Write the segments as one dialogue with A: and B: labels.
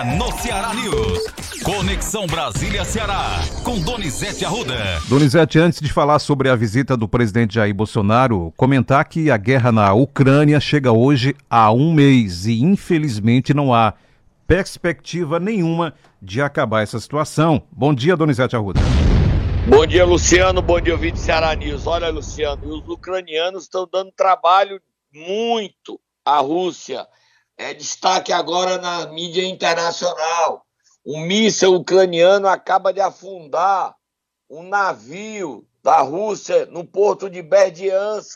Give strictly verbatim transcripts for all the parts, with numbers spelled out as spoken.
A: No Ceará News, Conexão Brasília-Ceará, com Donizete Arruda.
B: Donizete, antes de falar sobre a visita do presidente Jair Bolsonaro, comentar que a guerra na Ucrânia chega hoje a um mês e infelizmente não há perspectiva nenhuma de acabar essa situação. Bom dia, Donizete Arruda.
C: Bom dia, Luciano, bom dia, ouvinte Ceará News. Olha, Luciano, os ucranianos estão dando trabalho muito à Rússia. É destaque agora na mídia internacional. Um míssil ucraniano acaba de afundar um navio da Rússia no porto de Berdiansk.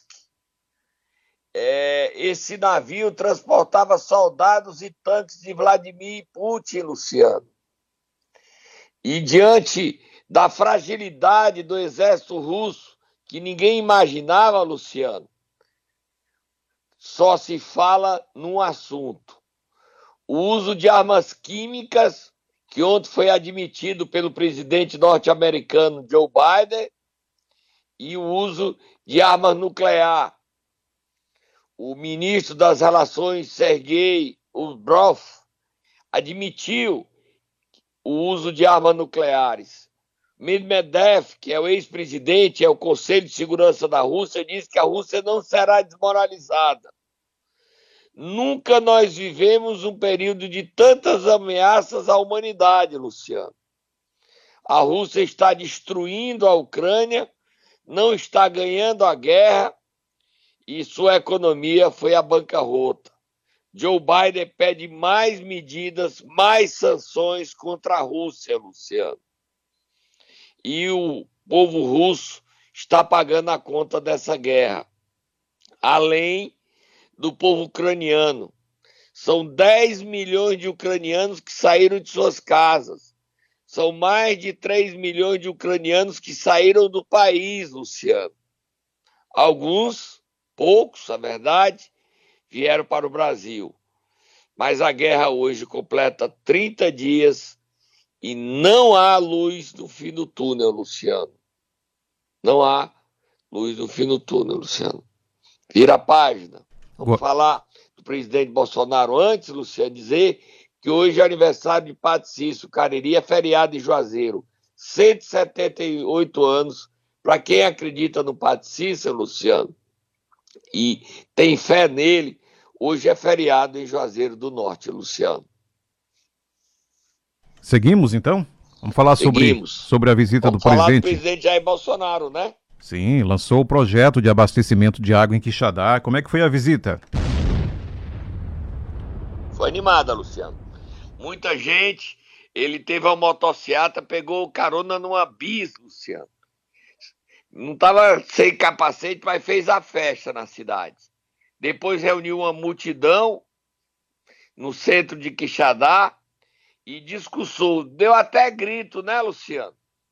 C: É, esse navio transportava soldados e tanques de Vladimir Putin, Luciano. E diante da fragilidade do exército russo, que ninguém imaginava, Luciano, só se fala num assunto: o uso de armas químicas, que ontem foi admitido pelo presidente norte-americano Joe Biden, e o uso de armas nucleares. O ministro das Relações, Sergei Lavrov, admitiu o uso de armas nucleares. Medvedev, que é o ex-presidente, é o Conselho de Segurança da Rússia, disse que a Rússia não será desmoralizada. Nunca nós vivemos um período de tantas ameaças à humanidade, Luciano. A Rússia está destruindo a Ucrânia, não está ganhando a guerra e sua economia foi à bancarrota. Joe Biden pede mais medidas, mais sanções contra a Rússia, Luciano. E o povo russo está pagando a conta dessa guerra. Além do povo ucraniano. São dez milhões de ucranianos que saíram de suas casas. São mais de três milhões de ucranianos que saíram do país, Luciano. Alguns, poucos, na verdade, vieram para o Brasil. Mas a guerra hoje completa trinta dias e não há luz no fim do túnel, Luciano. Não há luz no fim do túnel, Luciano. Vira a página. Vamos Boa. falar do presidente Bolsonaro antes, Luciano, dizer que hoje é aniversário de Padre Cícero Cariri, é feriado em Juazeiro. cento e setenta e oito anos. Para quem acredita no Padre Cícero, Luciano, e tem fé nele, hoje é feriado em Juazeiro do Norte, Luciano.
B: Seguimos, então? Vamos falar sobre, sobre a visita
C: Vamos
B: do presidente.
C: Vamos falar do presidente Jair Bolsonaro, né?
B: Sim, lançou o projeto de abastecimento de água em Quixadá. Como é que foi a visita?
C: Foi animada, Luciano. Muita gente. Ele teve uma motocicleta, pegou carona numa bis, Luciano. Não estava sem capacete, mas fez a festa na cidade. Depois reuniu uma multidão no centro de Quixadá e discursou. Deu até grito, né, Luciano?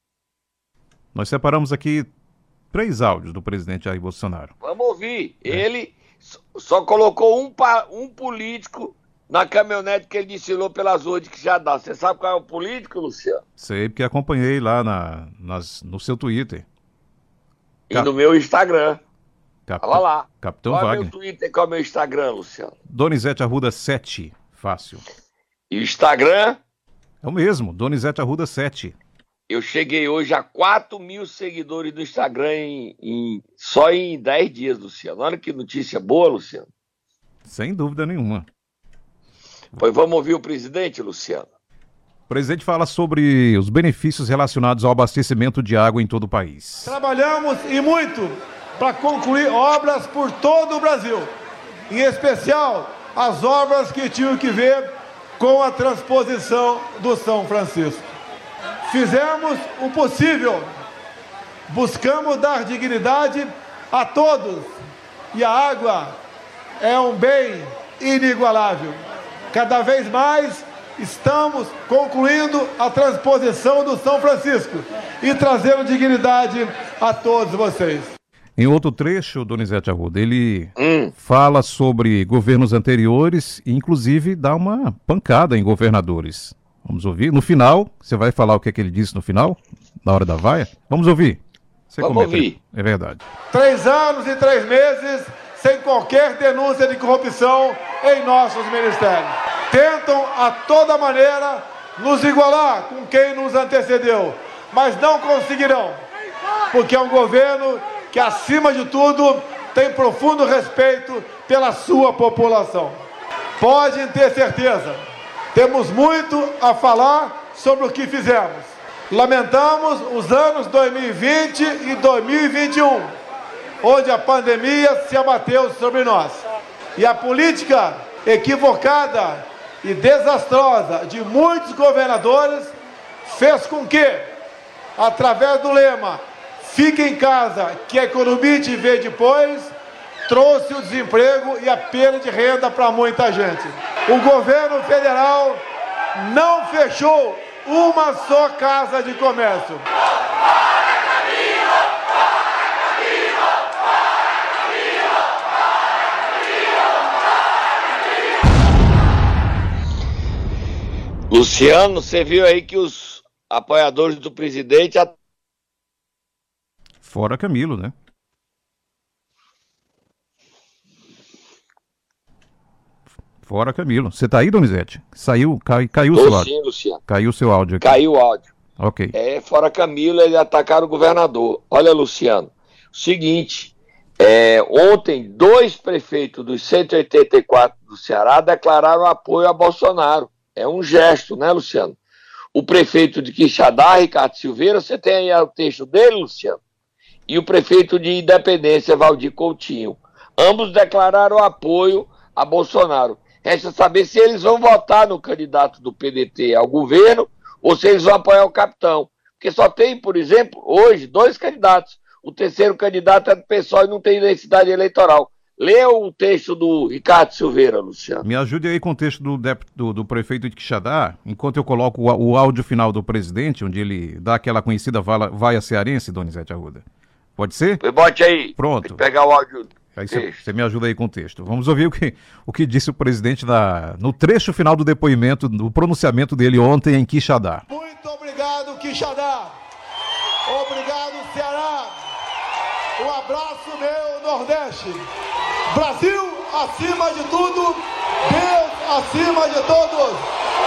B: Nós separamos aqui três áudios do presidente Jair Bolsonaro.
C: Vamos ouvir. É. Ele só colocou um, um político na caminhonete que ele desfilou pelas ruas de Quixadá. Você sabe qual é o político, Luciano?
B: Sei, porque acompanhei lá na, nas, no seu Twitter.
C: E Cap... no meu Instagram.
B: Capitão,
C: Fala lá.
B: Capitão
C: qual
B: Wagner.
C: é o meu Twitter, qual é o meu Instagram, Luciano?
B: Donizete Arruda sete. Fácil.
C: E o Instagram?
B: É o mesmo, Donizete Arruda sete.
C: Eu cheguei hoje a quatro mil seguidores no Instagram em, em, só em dez dias, Luciano. Olha que notícia boa, Luciano.
B: Sem dúvida nenhuma.
C: Pois vamos ouvir o presidente, Luciano.
B: O presidente fala sobre os benefícios relacionados ao abastecimento de água em todo o país.
D: Trabalhamos e muito para concluir obras por todo o Brasil. Em especial, as obras que tinham que ver com a transposição do São Francisco. Fizemos o possível, buscamos dar dignidade a todos, e a água é um bem inigualável. Cada vez mais estamos concluindo a transposição do São Francisco e trazendo dignidade a todos vocês.
B: Em outro trecho, Donizete Arruda, ele
C: hum.
B: fala sobre governos anteriores e inclusive dá uma pancada em governadores. Vamos ouvir? No final, você vai falar o que é que ele disse no final, na hora da vaia? Vamos ouvir? Você
C: Vamos
B: comenta.
C: ouvir.
B: É verdade.
D: Três anos e três meses sem qualquer denúncia de corrupção em nossos ministérios. tentam a toda maneira nos igualar com quem nos antecedeu, mas não conseguirão, porque é um governo que, acima de tudo, tem profundo respeito pela sua população. Podem ter certeza, temos muito a falar sobre o que fizemos. Lamentamos os anos dois mil e vinte e dois mil e vinte e um, onde a pandemia se abateu sobre nós. E a política equivocada e desastrosa de muitos governadores fez com que, através do lema "Fique em casa, que a economia te vê depois", trouxe o desemprego e a perda de renda para muita gente. O governo federal não fechou uma só casa de comércio.
C: Luciano, você viu aí que os apoiadores do presidente...
B: Fora Camilo, né? Fora Camilo. Você tá aí, Donizete? Saiu, cai, caiu o seu áudio.
C: Sim, Luciano.
B: Caiu o seu áudio aqui.
C: Caiu o áudio.
B: Ok.
C: É, fora Camilo, eles atacaram o governador. Olha, Luciano, o seguinte, é, ontem dois prefeitos dos cento e oitenta e quatro do Ceará declararam apoio a Bolsonaro. É um gesto, né, Luciano? O prefeito de Quixadá, Ricardo Silveira, você tem aí o texto dele, Luciano? E o prefeito de Independência, Valdir Coutinho. Ambos declararam apoio a Bolsonaro. Resta saber se eles vão votar no candidato do P D T ao governo ou se eles vão apoiar o capitão. Porque só tem, por exemplo, hoje, dois candidatos. O terceiro candidato é do PSOL e não tem identidade eleitoral. Lê o texto do Ricardo Silveira, Luciano.
B: Me ajude aí com o texto do, do, do prefeito de Quixadá, enquanto eu coloco o, o áudio final do presidente, onde ele dá aquela conhecida vala, vaia cearense, Donizete Arruda. Pode ser?
C: Bote aí.
B: Pronto.
C: Pegar o áudio.
B: Aí você me ajuda aí com o texto. Vamos ouvir o que, o que disse o presidente na, no trecho final do depoimento, no pronunciamento dele ontem em Quixadá.
D: Muito obrigado, Quixadá. Obrigado, Ceará. Um abraço, meu Nordeste. Brasil acima de tudo, Deus acima de todos.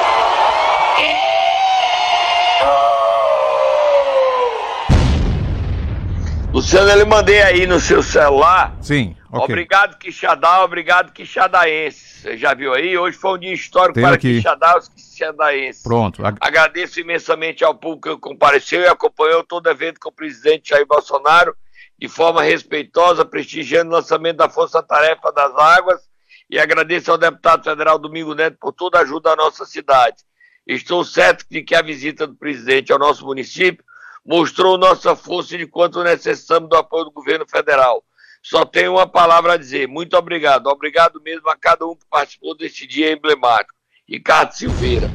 C: Luciano, eu lhe mandei aí no seu celular.
B: Sim, ok.
C: Obrigado, Quixadá, obrigado, Quixadaenses. Você já viu aí? Hoje foi um dia histórico
B: Tenho
C: para
B: aqui.
C: Quixadá e os quixadaenses.
B: Pronto. Ag-
C: Agradeço imensamente ao público que compareceu e acompanhou todo o evento com o presidente Jair Bolsonaro de forma respeitosa, prestigiando o lançamento da Força Tarefa das Águas, e agradeço ao deputado federal Domingo Neto por toda a ajuda à nossa cidade. Estou certo de que a visita do presidente ao nosso município mostrou nossa força e de quanto necessitamos do apoio do governo federal. Só tenho uma palavra a dizer: muito obrigado. Obrigado mesmo a cada um que participou deste dia emblemático. Ricardo Silveira.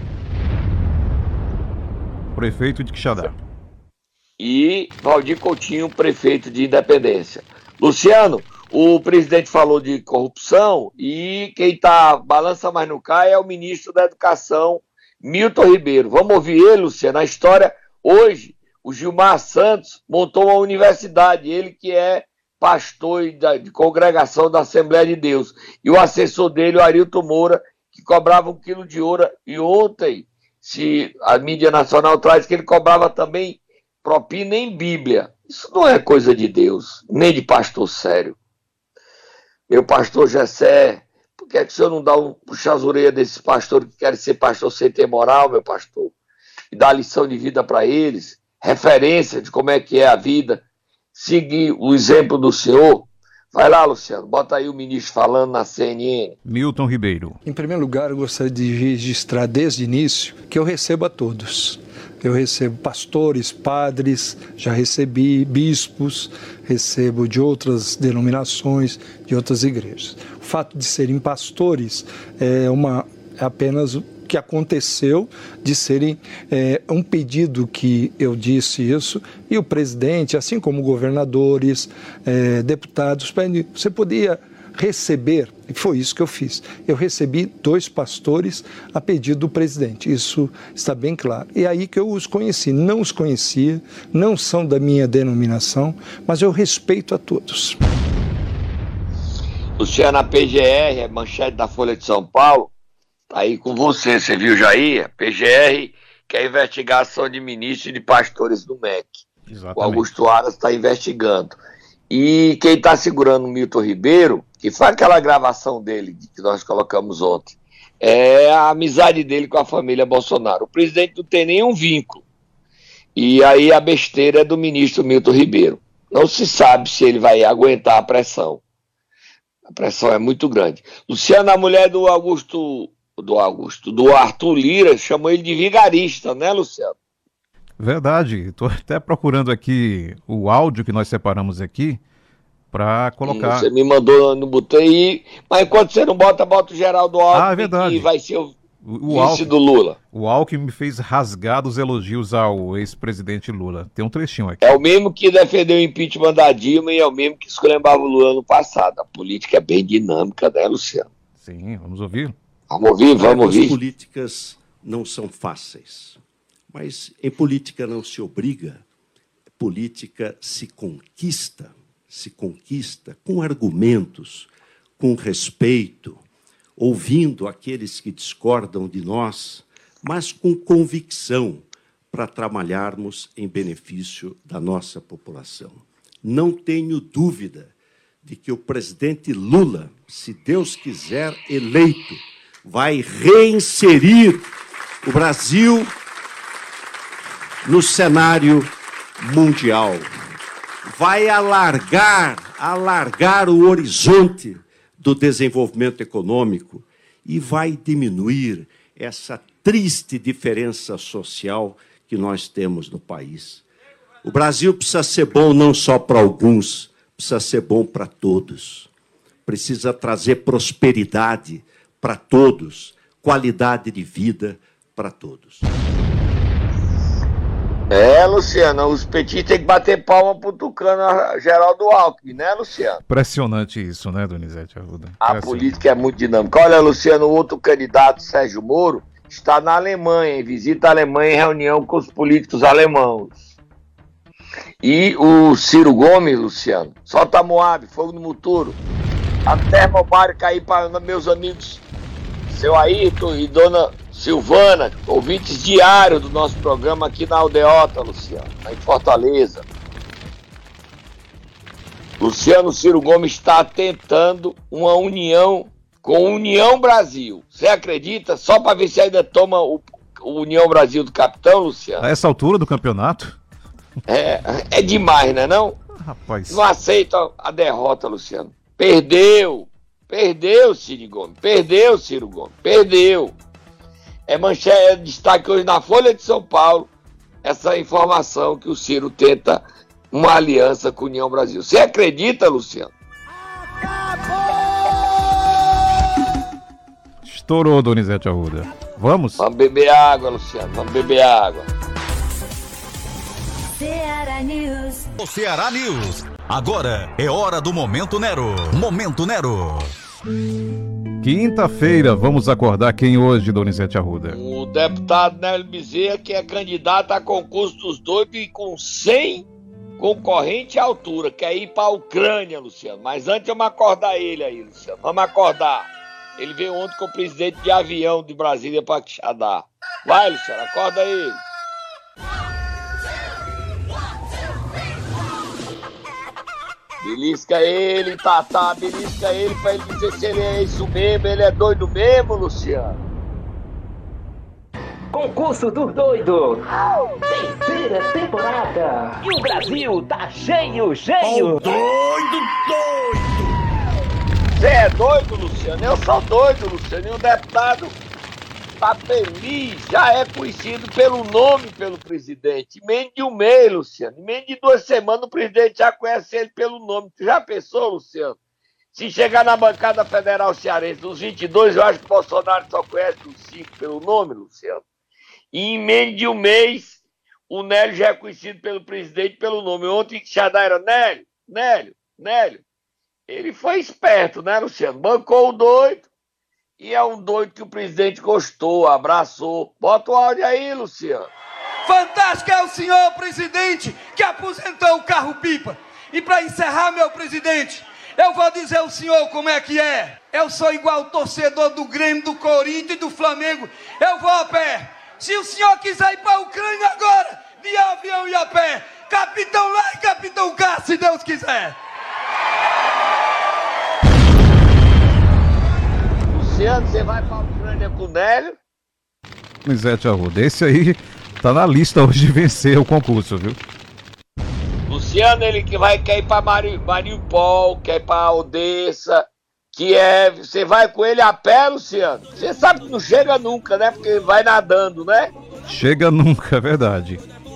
B: Prefeito de Quixadá.
C: E Valdir Coutinho, prefeito de Independência. Luciano, o presidente falou de corrupção e quem tá balança mais no cai é o ministro da Educação, Milton Ribeiro. Vamos ouvir ele, Luciano. A história, hoje, o Gilmar Santos montou uma universidade, ele que é pastor de congregação da Assembleia de Deus. E o assessor dele, o Arilton Moura, que cobrava um quilo de ouro. E ontem, se a mídia nacional traz que ele cobrava também propina em Bíblia. Isso não é coisa de Deus, nem de pastor sério. Meu pastor Gessé, por que é que o senhor não dá um puxa as orelhas desses pastores que querem ser pastor sem ter moral, meu pastor? E dá lição de vida para eles, referência de como é que é a vida, seguir o exemplo do senhor. Vai lá, Luciano, bota aí o ministro falando na C N N.
B: Milton Ribeiro.
E: Em primeiro lugar, eu gostaria de registrar desde o início que eu recebo a todos. Eu recebo pastores, padres, já recebi bispos, recebo de outras denominações, de outras igrejas. O fato de serem pastores é, uma, é apenas o que aconteceu de serem é, um pedido que eu disse isso, e o presidente, assim como governadores, é, deputados, você podia receber, e foi isso que eu fiz. Eu recebi dois pastores a pedido do presidente, isso está bem claro. E é aí que eu os conheci, não os conhecia, não são da minha denominação, mas eu respeito a todos.
C: Luciano, a P G R, a manchete da Folha de São Paulo, Tá aí com você, você viu, Jair? P G R quer investigação de ministros e de pastores do M E C. Exatamente. O Augusto Aras está investigando. E quem está segurando o Milton Ribeiro, que foi aquela gravação dele que nós colocamos ontem, é a amizade dele com a família Bolsonaro. O presidente não tem nenhum vínculo. E aí a besteira é do ministro Milton Ribeiro. Não se sabe se ele vai aguentar a pressão. A pressão é muito grande. Luciana, a mulher do Augusto, do Augusto, do Arthur Lira, chamou ele de vigarista, né, Luciano?
B: Verdade. Estou até procurando aqui o áudio que nós separamos aqui para colocar.
C: Você me mandou, não botei, mas enquanto você não bota, bota o Geraldo Alckmin,
B: ah, é verdade.
C: Que vai ser o,
B: o
C: vice
B: Alckmin,
C: do Lula.
B: O Alckmin me fez rasgar dos elogios ao ex-presidente Lula. Tem um trechinho aqui.
C: É o mesmo que defendeu o impeachment da Dilma e é o mesmo que esculhambava o Lula ano passado. A política é bem dinâmica, né, Luciano?
B: Sim, vamos ouvir.
C: Vamos ouvir, vamos ouvir.
F: As políticas não são fáceis, mas em política não se obriga, política se conquista, se conquista com argumentos, com respeito, ouvindo aqueles que discordam de nós, mas com convicção para trabalharmos em benefício da nossa população. Não tenho dúvida de que o presidente Lula, se Deus quiser eleito, vai reinserir o Brasil no cenário mundial. Vai alargar, alargar o horizonte do desenvolvimento econômico e vai diminuir essa triste diferença social que nós temos no país. O Brasil precisa ser bom não só para alguns, precisa ser bom para todos. Precisa trazer prosperidade para todos, qualidade de vida para todos.
C: É, Luciano, os petistas têm que bater palma pro Tucano Geraldo Alckmin, né, Luciano?
B: Impressionante isso, né, Donizete Arruda?
C: A política é muito dinâmica. Olha, Luciano, o outro candidato, Sérgio Moro, está na Alemanha, em visita à Alemanha em reunião com os políticos alemãos. E o Ciro Gomes, Luciano, solta Moab, fogo no muturo. A termobário cair para meus amigos, seu Ayrton e dona Silvana, ouvintes diários do nosso programa aqui na Aldeota, Luciano, em Fortaleza. Luciano Ciro Gomes está tentando uma união com a União Brasil. Você acredita? Só para ver se ainda toma o, o União Brasil do capitão, Luciano.
B: A essa altura do campeonato?
C: É, é demais, né não?
B: Rapaz.
C: Não aceita a derrota, Luciano. Perdeu. Perdeu, Ciro Gomes. Perdeu, Ciro Gomes. Perdeu. É manchete, é destaque hoje na Folha de São Paulo, essa informação que o Ciro tenta uma aliança com a União Brasil. Você acredita, Luciano?
B: Estourou, Donizete Arruda. Vamos?
C: Vamos beber água, Luciano. Vamos beber água.
A: Ceará News. O Ceará News. Agora é hora do Momento Nero. Momento Nero.
B: Quinta-feira, vamos acordar quem hoje, Donizete Arruda?
C: O deputado Nélio Bezerra, que é candidato a concurso dos doidos e com cem concorrentes à altura, quer ir para a Ucrânia, Luciano. Mas antes vamos acordar ele aí, Luciano. Vamos acordar. Ele veio ontem com o presidente de avião de Brasília para Quixadá. Vai, Luciano, acorda ele. Belisca ele, Tatá, belisca ele pra ele dizer se ele é isso mesmo, ele é doido mesmo, Luciano.
G: Concurso dos doidos, terceira temporada, e o Brasil tá cheio, cheio.
C: Oh, doido, doido. Você é doido, Luciano? Eu sou doido, Luciano, e o deputado tá feliz, já é conhecido pelo nome pelo presidente. Em menos de um mês, Luciano, em menos de duas semanas o presidente já conhece ele pelo nome. Tu já pensou, Luciano? Se chegar na bancada federal cearense dos vinte e dois, eu acho que o Bolsonaro só conhece os cinco pelo nome, Luciano. E em menos de um mês, o Nélio já é conhecido pelo presidente pelo nome. Ontem que Xadá era Nélio, Nélio, Nélio. Ele foi esperto, né, Luciano? Bancou o doido. E é um doido que o presidente gostou, abraçou. Bota o áudio aí, Luciano.
H: Fantástico é o senhor presidente que aposentou o carro-pipa. E para encerrar, meu presidente, Eu vou dizer ao senhor como é que é. Eu sou igual torcedor do Grêmio, do Corinthians e do Flamengo. Eu vou a pé. Se o senhor quiser ir para a Ucrânia agora, de avião e a pé, capitão lá e capitão cá, se Deus quiser.
C: Luciano, você vai para a Ucrânia com o Nélio?
B: Donizete Arruda, esse aí tá na lista hoje de vencer o concurso, viu?
C: Luciano, ele que vai quer ir para Mari, Mariupol, quer ir para Odessa, Kiev. Você vai com ele a pé, Luciano? Você sabe que não chega nunca, né? Porque vai nadando, né?
B: Chega nunca, é verdade.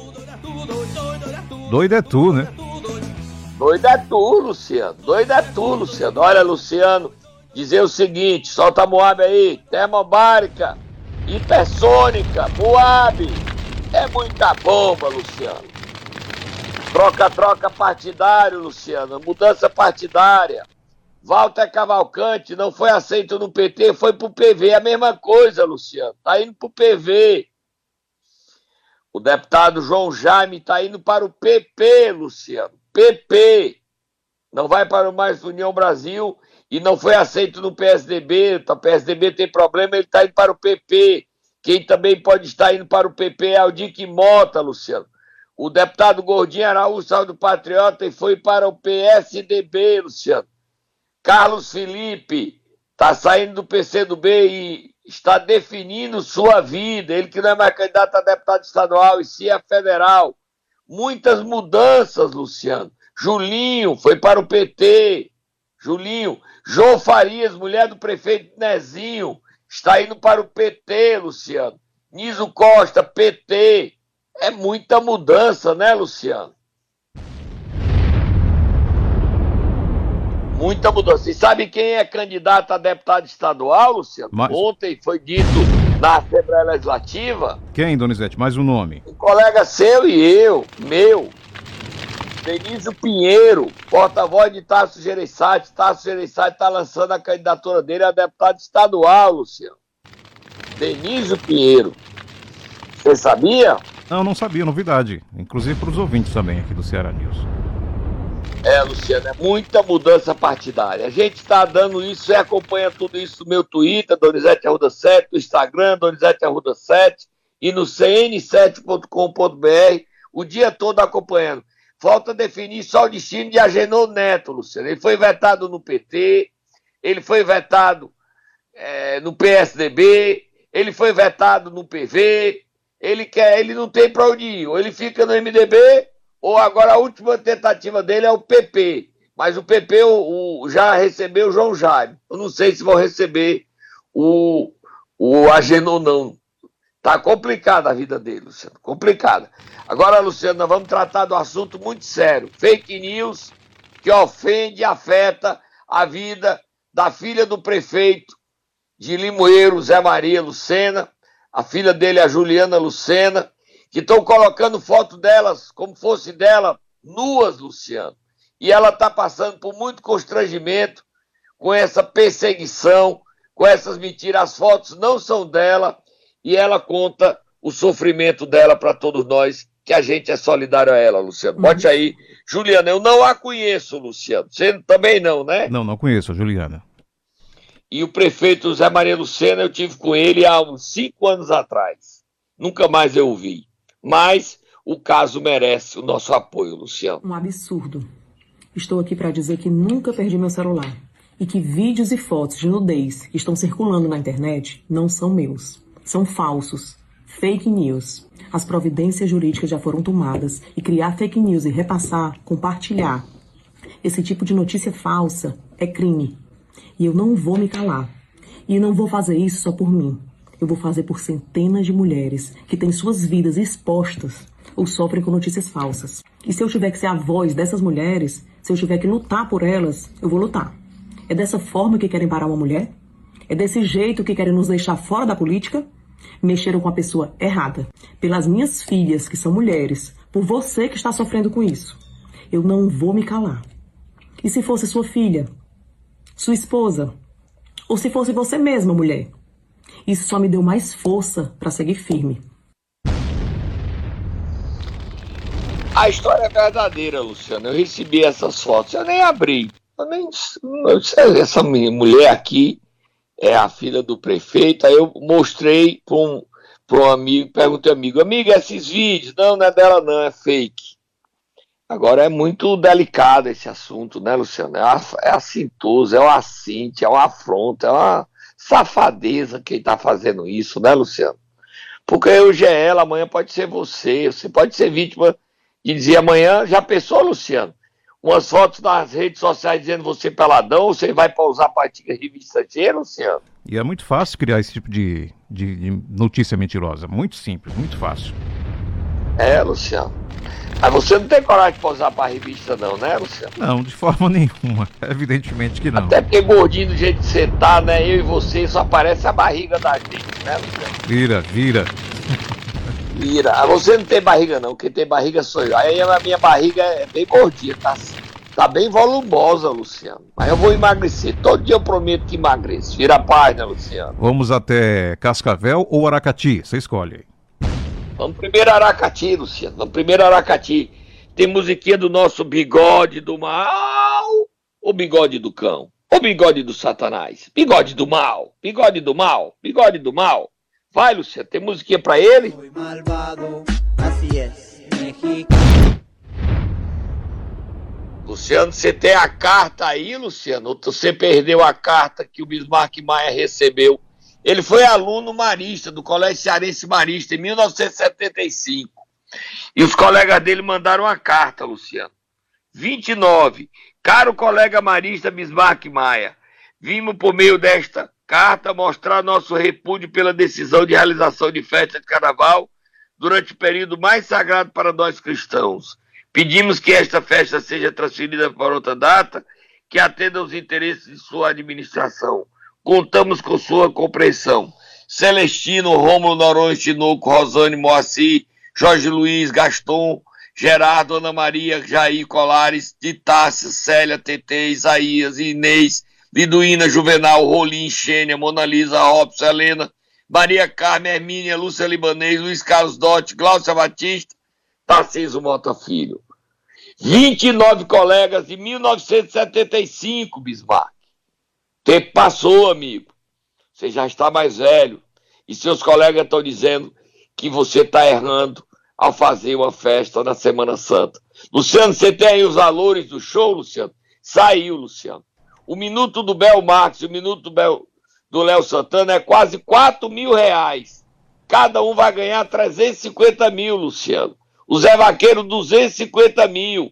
B: Doido é tu, né?
C: Doido é tu, Luciano. Doido é tu, Luciano. Olha, Luciano, dizer o seguinte, solta a Moab aí, termobárica, hipersônica, Moab. É muita bomba, Luciano. Troca-troca partidário, Luciano. Mudança partidária. Walter Cavalcante não foi aceito no P T, foi pro P V. É a mesma coisa, Luciano. Tá indo pro P V. O deputado João Jaime tá indo para o P P, Luciano. P P. Não vai para o Mais União Brasil e não foi aceito no P S D B. O P S D B tem problema, ele tá indo para o P P. Quem também pode estar indo para o P P é Aldique Mota, Luciano. O deputado Gordinho Araújo saiu do Patriota e foi para o P S D B, Luciano. Carlos Felipe está saindo do P C do B e está definindo sua vida. Ele que não é mais candidato a deputado estadual e sim a federal. Muitas mudanças, Luciano. Julinho foi para o P T. Julinho. João Farias, mulher do prefeito Nezinho, está indo para o P T, Luciano. Niso Costa, P T. É muita mudança, né, Luciano? Muita mudança. E sabe quem é candidato a deputado estadual, Luciano? Mas... Ontem foi dito na Assembleia Legislativa.
B: Quem, Donizete? Mais um nome.
C: Um colega seu e eu, meu, Denísio Pinheiro, porta-voz de Tasso Gereissati. Tasso Gereissati está lançando a candidatura dele a deputado estadual, Luciano. Denísio Pinheiro. Você sabia?
B: Não, não sabia, novidade. Inclusive para os ouvintes também aqui do Ceará News.
C: É, Luciano, é muita mudança partidária. A gente está dando isso, você acompanha tudo isso no meu Twitter, Donizete Arruda sete, no Instagram, Donizete Arruda sete, e no c n sete ponto com ponto b r, o dia todo acompanhando. Falta definir só o destino de Agenor Neto, Luciano. Ele foi vetado no P T, ele foi vetado é, no P S D B, ele foi vetado no P V, ele, quer, ele não tem para onde ir, ou ele fica no M D B, ou agora a última tentativa dele é o P P. Mas o P P o, o, já recebeu o João Jaime. Eu não sei se vão receber o, o Agenor, não. Tá complicada a vida dele, Luciano. Complicada. Agora, Luciano, nós vamos tratar do assunto muito sério. Fake news que ofende e afeta a vida da filha do prefeito de Limoeiro, Zé Maria Lucena. A filha dele, a Juliana Lucena, que estão colocando foto delas como fosse dela, nuas, Luciano. E ela está passando por muito constrangimento com essa perseguição, com essas mentiras. As fotos não são dela e ela conta o sofrimento dela para todos nós, que a gente é solidário a ela, Luciano. Bote aí. Juliana, eu não a conheço, Luciano. Você também não, né?
B: Não, não conheço a Juliana.
C: E o prefeito Zé Maria Lucena, eu tive com ele há uns cinco anos atrás. Nunca mais eu o vi. Mas o caso merece o nosso apoio, Luciano.
I: Um absurdo. Estou aqui para dizer que nunca perdi meu celular e que vídeos e fotos de nudez que estão circulando na internet não são meus. São falsos. Fake news. As providências jurídicas já foram tomadas e criar fake news e repassar, compartilhar esse tipo de notícia falsa é crime. E eu não vou me calar. E não vou fazer isso só por mim. Eu vou fazer por centenas de mulheres que têm suas vidas expostas ou sofrem com notícias falsas. E se eu tiver que ser a voz dessas mulheres, se eu tiver que lutar por elas, eu vou lutar. É dessa forma que querem parar uma mulher? É desse jeito que querem nos deixar fora da política? Mexeram com a pessoa errada. Pelas minhas filhas, que são mulheres, por você que está sofrendo com isso. Eu não vou me calar. E se fosse sua filha? Sua esposa? Ou se fosse você mesma, mulher? Isso só me deu mais força para seguir firme.
C: A história é verdadeira, Luciano. Eu recebi essas fotos, eu nem abri. Eu nem, eu disse, essa mulher aqui é a filha do prefeito. Aí eu mostrei para um, para um amigo, perguntei ao amigo, amigo, esses vídeos? Não, não é dela não, é fake. Agora é muito delicado esse assunto, né, Luciano? É, é assintoso, é um assinte, é uma afronta, é uma safadeza quem está fazendo isso, né, Luciano? Porque hoje é ela, amanhã pode ser você, você pode ser vítima de dizer amanhã, já pensou, Luciano? Umas fotos nas redes sociais dizendo você peladão, você vai pausar para a revista G, Luciano?
B: E é muito fácil criar esse tipo de, de, de notícia mentirosa, muito simples, muito fácil.
C: É, Luciano. Mas você não tem coragem de posar para a revista não, né, Luciano?
B: Não, de forma nenhuma, evidentemente que não.
C: Até porque gordinho do jeito que você tá, né, eu e você, só aparece a barriga da gente, né, Luciano?
B: Vira, vira.
C: Vira. Ah, você não tem barriga não, quem tem barriga sou eu. Aí a minha barriga é bem gordinha, tá, tá bem volumosa, Luciano. Mas eu vou emagrecer, todo dia eu prometo que emagreço. Vira a página, Luciano.
B: Vamos até Cascavel ou Aracati, você escolhe aí.
C: Vamos primeiro Aracati, Luciano. Vamos primeiro Aracati. Tem musiquinha do nosso bigode do mal, ou bigode do cão, ou bigode do satanás. Bigode do mal, bigode do mal, bigode do mal. Vai, Luciano, tem musiquinha pra ele? Luciano, você tem a carta aí, Luciano? Ou você perdeu a carta que o Bismarck Maia recebeu? Ele foi aluno marista, do Colégio Cearense Marista, em mil novecentos e setenta e cinco. E os colegas dele mandaram uma carta, Luciano. vinte e nove. Caro colega marista Bismarck Maia, vimos por meio desta carta mostrar nosso repúdio pela decisão de realização de festa de carnaval durante o período mais sagrado para nós cristãos. Pedimos que esta festa seja transferida para outra data que atenda aos interesses de sua administração. Contamos com sua compreensão. Celestino, Rômulo, Noronha, Tinoco, Rosane, Moacir, Jorge Luiz, Gaston, Gerardo, Ana Maria, Jair, Colares, Titácia, Célia, Tetê, Isaías, Inês, Liduína, Juvenal, Rolim, Xênia, Mona Lisa, Robson, Helena, Maria Carmen, Hermínia, Lúcia Libanês, Luiz Carlos Dotti, Glaucia Batista, Tarcísio Mota Filho. vinte e nove colegas de mil novecentos e setenta e cinco, Bismarck. Tempo passou, amigo. Você já está mais velho. E seus colegas estão dizendo que você está errando ao fazer uma festa na Semana Santa. Luciano, você tem aí os valores do show, Luciano? Saiu, Luciano. O minuto do Bel Marques e o minuto do, Bel, do Léo Santana é quase quatro mil reais. Cada um vai ganhar trezentos e cinquenta mil, Luciano. O Zé Vaqueiro, duzentos e cinquenta mil.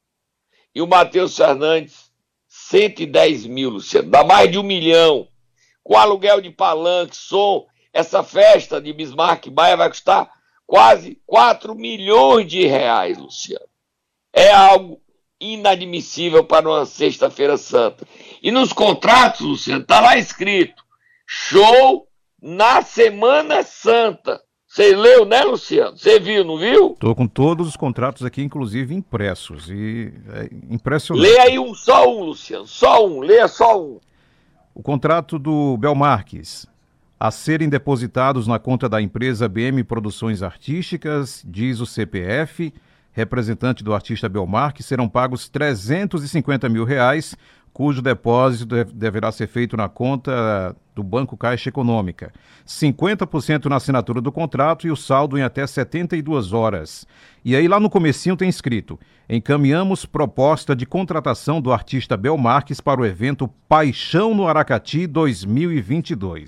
C: E o Matheus Fernandes, cento e dez mil, Luciano. Dá mais de um milhão. Com aluguel de palanque, som, essa festa de Bismarck Maia vai custar quase quatro milhões de reais, Luciano. É algo inadmissível para uma sexta-feira santa. E nos contratos, Luciano, está lá escrito, show na Semana Santa. Você leu, né, Luciano? Você viu, não viu?
B: Estou com todos os contratos aqui, inclusive impressos. E é impressionante.
C: Lê aí um, só um, Luciano. Só um, leia só um.
B: O contrato do Bel Marques. A serem depositados na conta da empresa B M Produções Artísticas, diz o C P F, representante do artista Bel Marques, serão pagos trezentos e cinquenta mil reais, cujo depósito deverá ser feito na conta do Banco Caixa Econômica. cinquenta por cento na assinatura do contrato e o saldo em até setenta e duas horas. E aí lá no comecinho tem escrito, encaminhamos proposta de contratação do artista Bel Marques para o evento Paixão no Aracati dois mil e vinte e dois.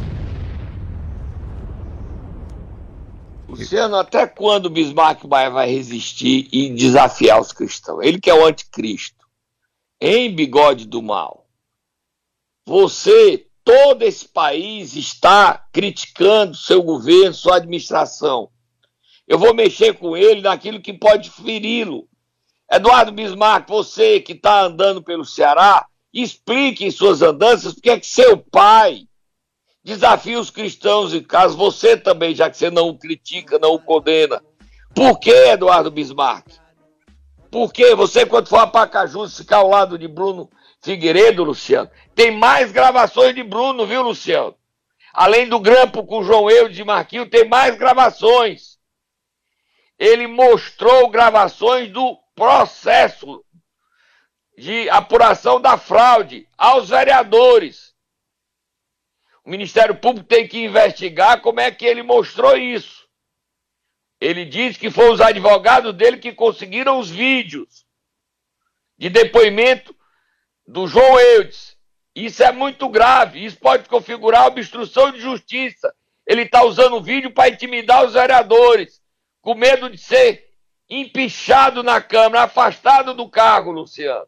C: Luciano, até quando o Bismarck Maia vai resistir e desafiar os cristãos? Ele que é o anticristo. Em bigode do mal. Você, todo esse país está criticando seu governo, sua administração. Eu vou mexer com ele naquilo que pode feri-lo. Eduardo Bismarck, você que está andando pelo Ceará, explique em suas andanças porque é que seu pai desafia os cristãos em casa, você também, já que você não o critica, não o condena. Por que, Eduardo Bismarck? Por que você, quando for a Pacajus, ficar ao lado de Bruno Figueiredo, Luciano? Tem mais gravações de Bruno, viu, Luciano? Além do grampo com João Eudes e Marquinhos, tem mais gravações. Ele mostrou gravações do processo de apuração da fraude aos vereadores. O Ministério Público tem que investigar como é que ele mostrou isso. Ele diz que foram os advogados dele que conseguiram os vídeos de depoimento do João Eudes. Isso é muito grave, isso pode configurar obstrução de justiça. Ele está usando o vídeo para intimidar os vereadores, com medo de ser empichado na Câmara, afastado do cargo, Luciano.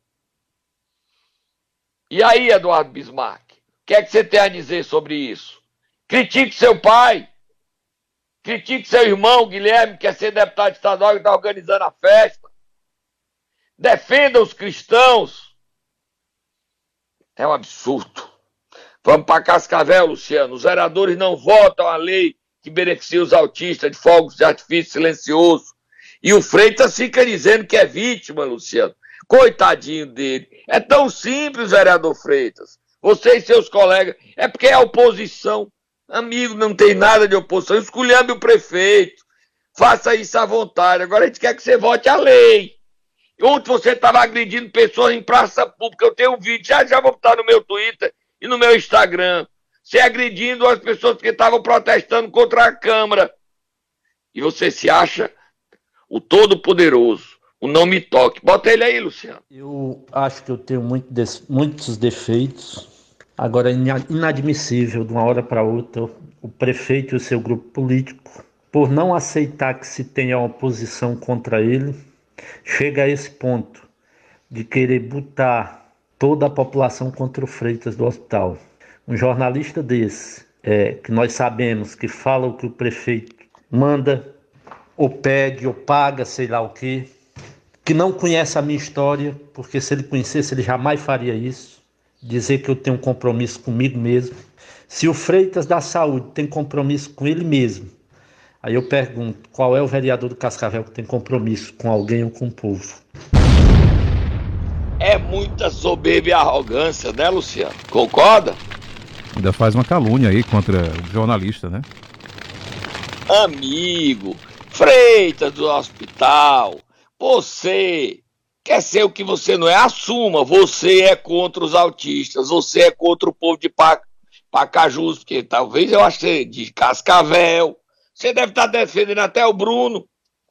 C: E aí, Eduardo Bismarck, o que é que você tem a dizer sobre isso? Critique seu pai, critique seu irmão, Guilherme, que quer ser deputado estadual e está organizando a festa. Defenda os cristãos. É um absurdo. Vamos para Cascavel, Luciano. Os vereadores não votam a lei que beneficia os autistas de fogos de artifício silencioso. E o Freitas fica dizendo que é vítima, Luciano. Coitadinho dele. É tão simples, vereador Freitas. Você e seus colegas. É porque é oposição. Amigo, não tem nada de oposição. Esculhambe o prefeito. Faça isso à vontade. Agora a gente quer que você vote a lei. Ontem você estava agredindo pessoas em praça pública. Eu tenho um vídeo, já já vou botar no meu Twitter e no meu Instagram. Você agredindo as pessoas que estavam protestando contra a Câmara. E você se acha o todo-poderoso. O não me toque. Bota ele aí, Luciano.
J: Eu acho que eu tenho muito de- muitos defeitos. Agora, é inadmissível, de uma hora para outra, o prefeito e o seu grupo político, por não aceitar que se tenha oposição contra ele, chega a esse ponto de querer botar toda a população contra o Freitas do hospital. Um jornalista desse, é, que nós sabemos que fala o que o prefeito manda, ou pede, ou paga, sei lá o quê, que não conhece a minha história, porque se ele conhecesse, ele jamais faria isso, dizer que eu tenho um compromisso comigo mesmo. Se o Freitas da Saúde tem compromisso com ele mesmo, aí eu pergunto, qual é o vereador do Cascavel que tem compromisso com alguém ou com o povo?
C: É muita soberba e arrogância, né, Luciano? Concorda?
B: Ainda faz uma calúnia aí contra o jornalista, né?
C: Amigo, Freitas do hospital, você quer ser o que você não é? Assuma, você é contra os autistas, você é contra o povo de Pacajus, porque talvez eu acho que você de Cascavel. Você deve estar defendendo até o Bruno.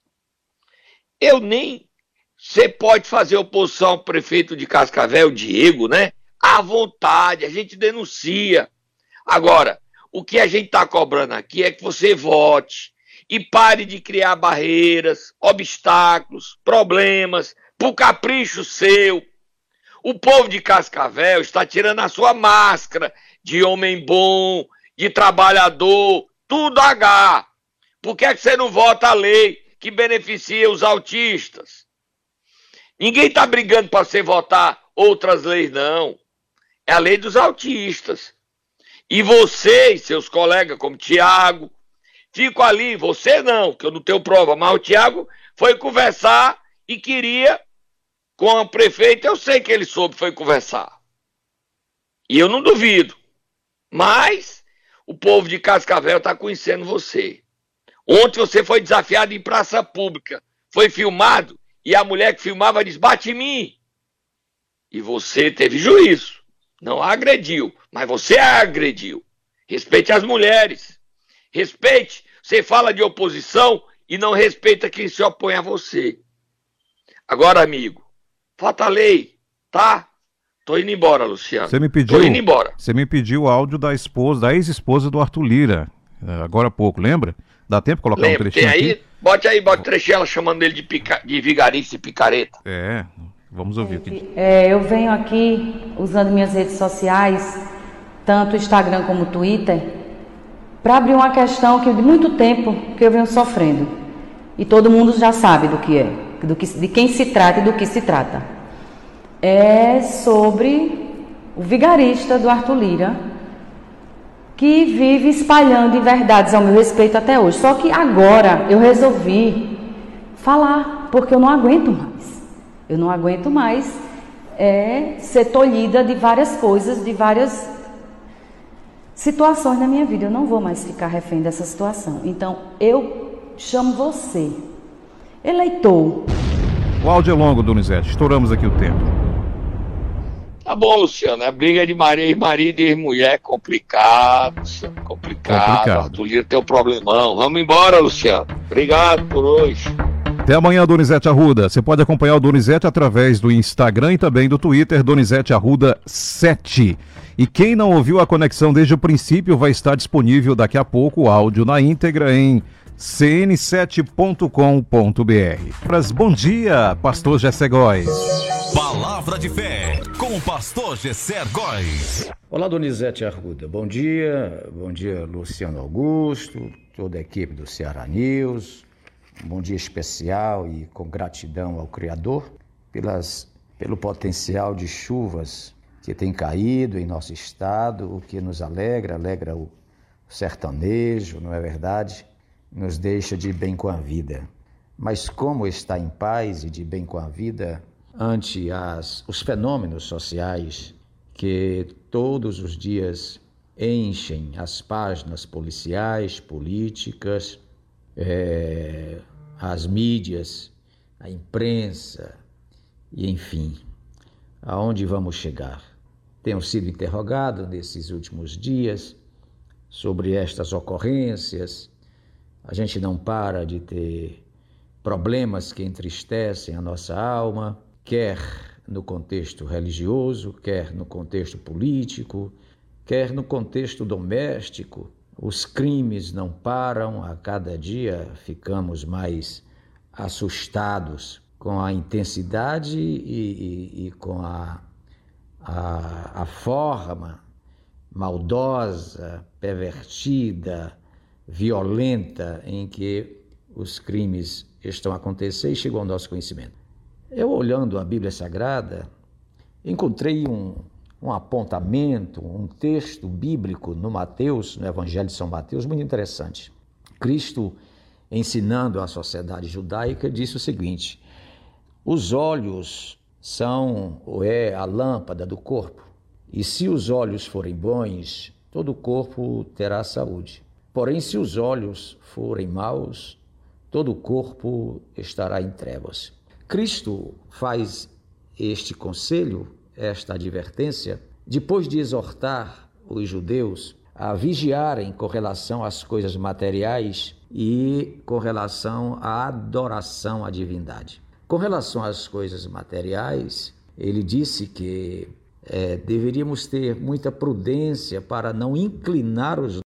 C: Eu nem... Você pode fazer oposição ao prefeito de Cascavel, Diego, né? À vontade, a gente denuncia. Agora, o que a gente está cobrando aqui é que você vote e pare de criar barreiras, obstáculos, problemas, por capricho seu. O povo de Cascavel está tirando a sua máscara de homem bom, de trabalhador, tudo H. Por que é que você não vota a lei que beneficia os autistas? Ninguém está brigando para você votar outras leis, não. É a lei dos autistas. E você e seus colegas, como Tiago, ficam ali, você não, que eu não tenho prova, mas o Tiago foi conversar e queria com a prefeita, eu sei que ele soube, foi conversar. E eu não duvido. Mas o povo de Cascavel está conhecendo você. Ontem você foi desafiado em praça pública, foi filmado, e a mulher que filmava disse, bate em mim. E você teve juízo, não a agrediu, mas você a agrediu. Respeite as mulheres, respeite, você fala de oposição e não respeita quem se opõe a você. Agora, amigo, falta a lei, tá? Tô indo embora, Luciano.
B: Você me pediu,
C: Tô indo embora.
B: Você me pediu o áudio da esposa, da ex-esposa do Arthur Lira, agora há pouco, lembra? Dá tempo de colocar
C: Lembra,
B: um trechinho
C: tem aí?
B: aqui?
C: Bote aí, bote trechinho, ela chamando ele de, pica, de vigarista e picareta.
B: É, vamos ouvir aqui.
K: É, eu venho aqui usando minhas redes sociais, tanto o Instagram como o Twitter, para abrir uma questão que de muito tempo que eu venho sofrendo. E todo mundo já sabe do que é, do que, de quem se trata e do que se trata. É sobre o vigarista do Arthur Lira, que vive espalhando inverdades ao meu respeito até hoje. Só que agora eu resolvi falar, porque eu não aguento mais. Eu não aguento mais é, ser tolhida de várias coisas, de várias situações na minha vida. Eu não vou mais ficar refém dessa situação. Então, eu chamo você, eleitor.
B: O áudio é longo, Donizete. Estouramos aqui o tempo.
C: Tá bom, Luciano, a briga de Maria e marido e mulher é complicado, Luciano, complicado. complicado. Arthur Lira tem um problemão. Vamos embora, Luciano. Obrigado por hoje.
B: Até amanhã, Donizete Arruda. Você pode acompanhar o Donizete através do Instagram e também do Twitter, Donizete Arruda sete. E quem não ouviu a conexão desde o princípio, vai estar disponível daqui a pouco o áudio na íntegra em c n sete ponto com ponto b r. Bom dia, pastor Gessé Góes.
A: Palavra de fé com o pastor Gessé Góes.
L: Olá, Donizete Arruda. Bom dia. Bom dia, Luciano Augusto, toda a equipe do Ceará News. Um bom dia especial e com gratidão ao Criador pelas, pelo potencial de chuvas que tem caído em nosso estado, o que nos alegra, alegra o sertanejo, não é verdade? Nos deixa de bem com a vida. Mas como está em paz e de bem com a vida ante as, os fenômenos sociais que todos os dias enchem as páginas policiais, políticas, é, as mídias, a imprensa e, enfim, aonde vamos chegar? Tenho sido interrogado nesses últimos dias sobre estas ocorrências. A gente não para de ter problemas que entristecem a nossa alma, quer no contexto religioso, quer no contexto político, quer no contexto doméstico. Os crimes não param, a cada dia ficamos mais assustados com a intensidade e, e, e com a, a, a forma maldosa, pervertida, violenta em que os crimes estão a acontecer e chegam ao nosso conhecimento. Eu, olhando a Bíblia Sagrada, encontrei um, um apontamento, um texto bíblico no Mateus, no Evangelho de São Mateus, muito interessante. Cristo, ensinando a sociedade judaica, disse o seguinte: os olhos são, ou é a lâmpada do corpo, e se os olhos forem bons, todo o corpo terá saúde. Porém, se os olhos forem maus, todo o corpo estará em trevas. Cristo faz este conselho, esta advertência, depois de exortar os judeus a vigiarem com relação às coisas materiais e com relação à adoração à divindade. Com relação às coisas materiais, ele disse que é, deveríamos ter muita prudência para não inclinar os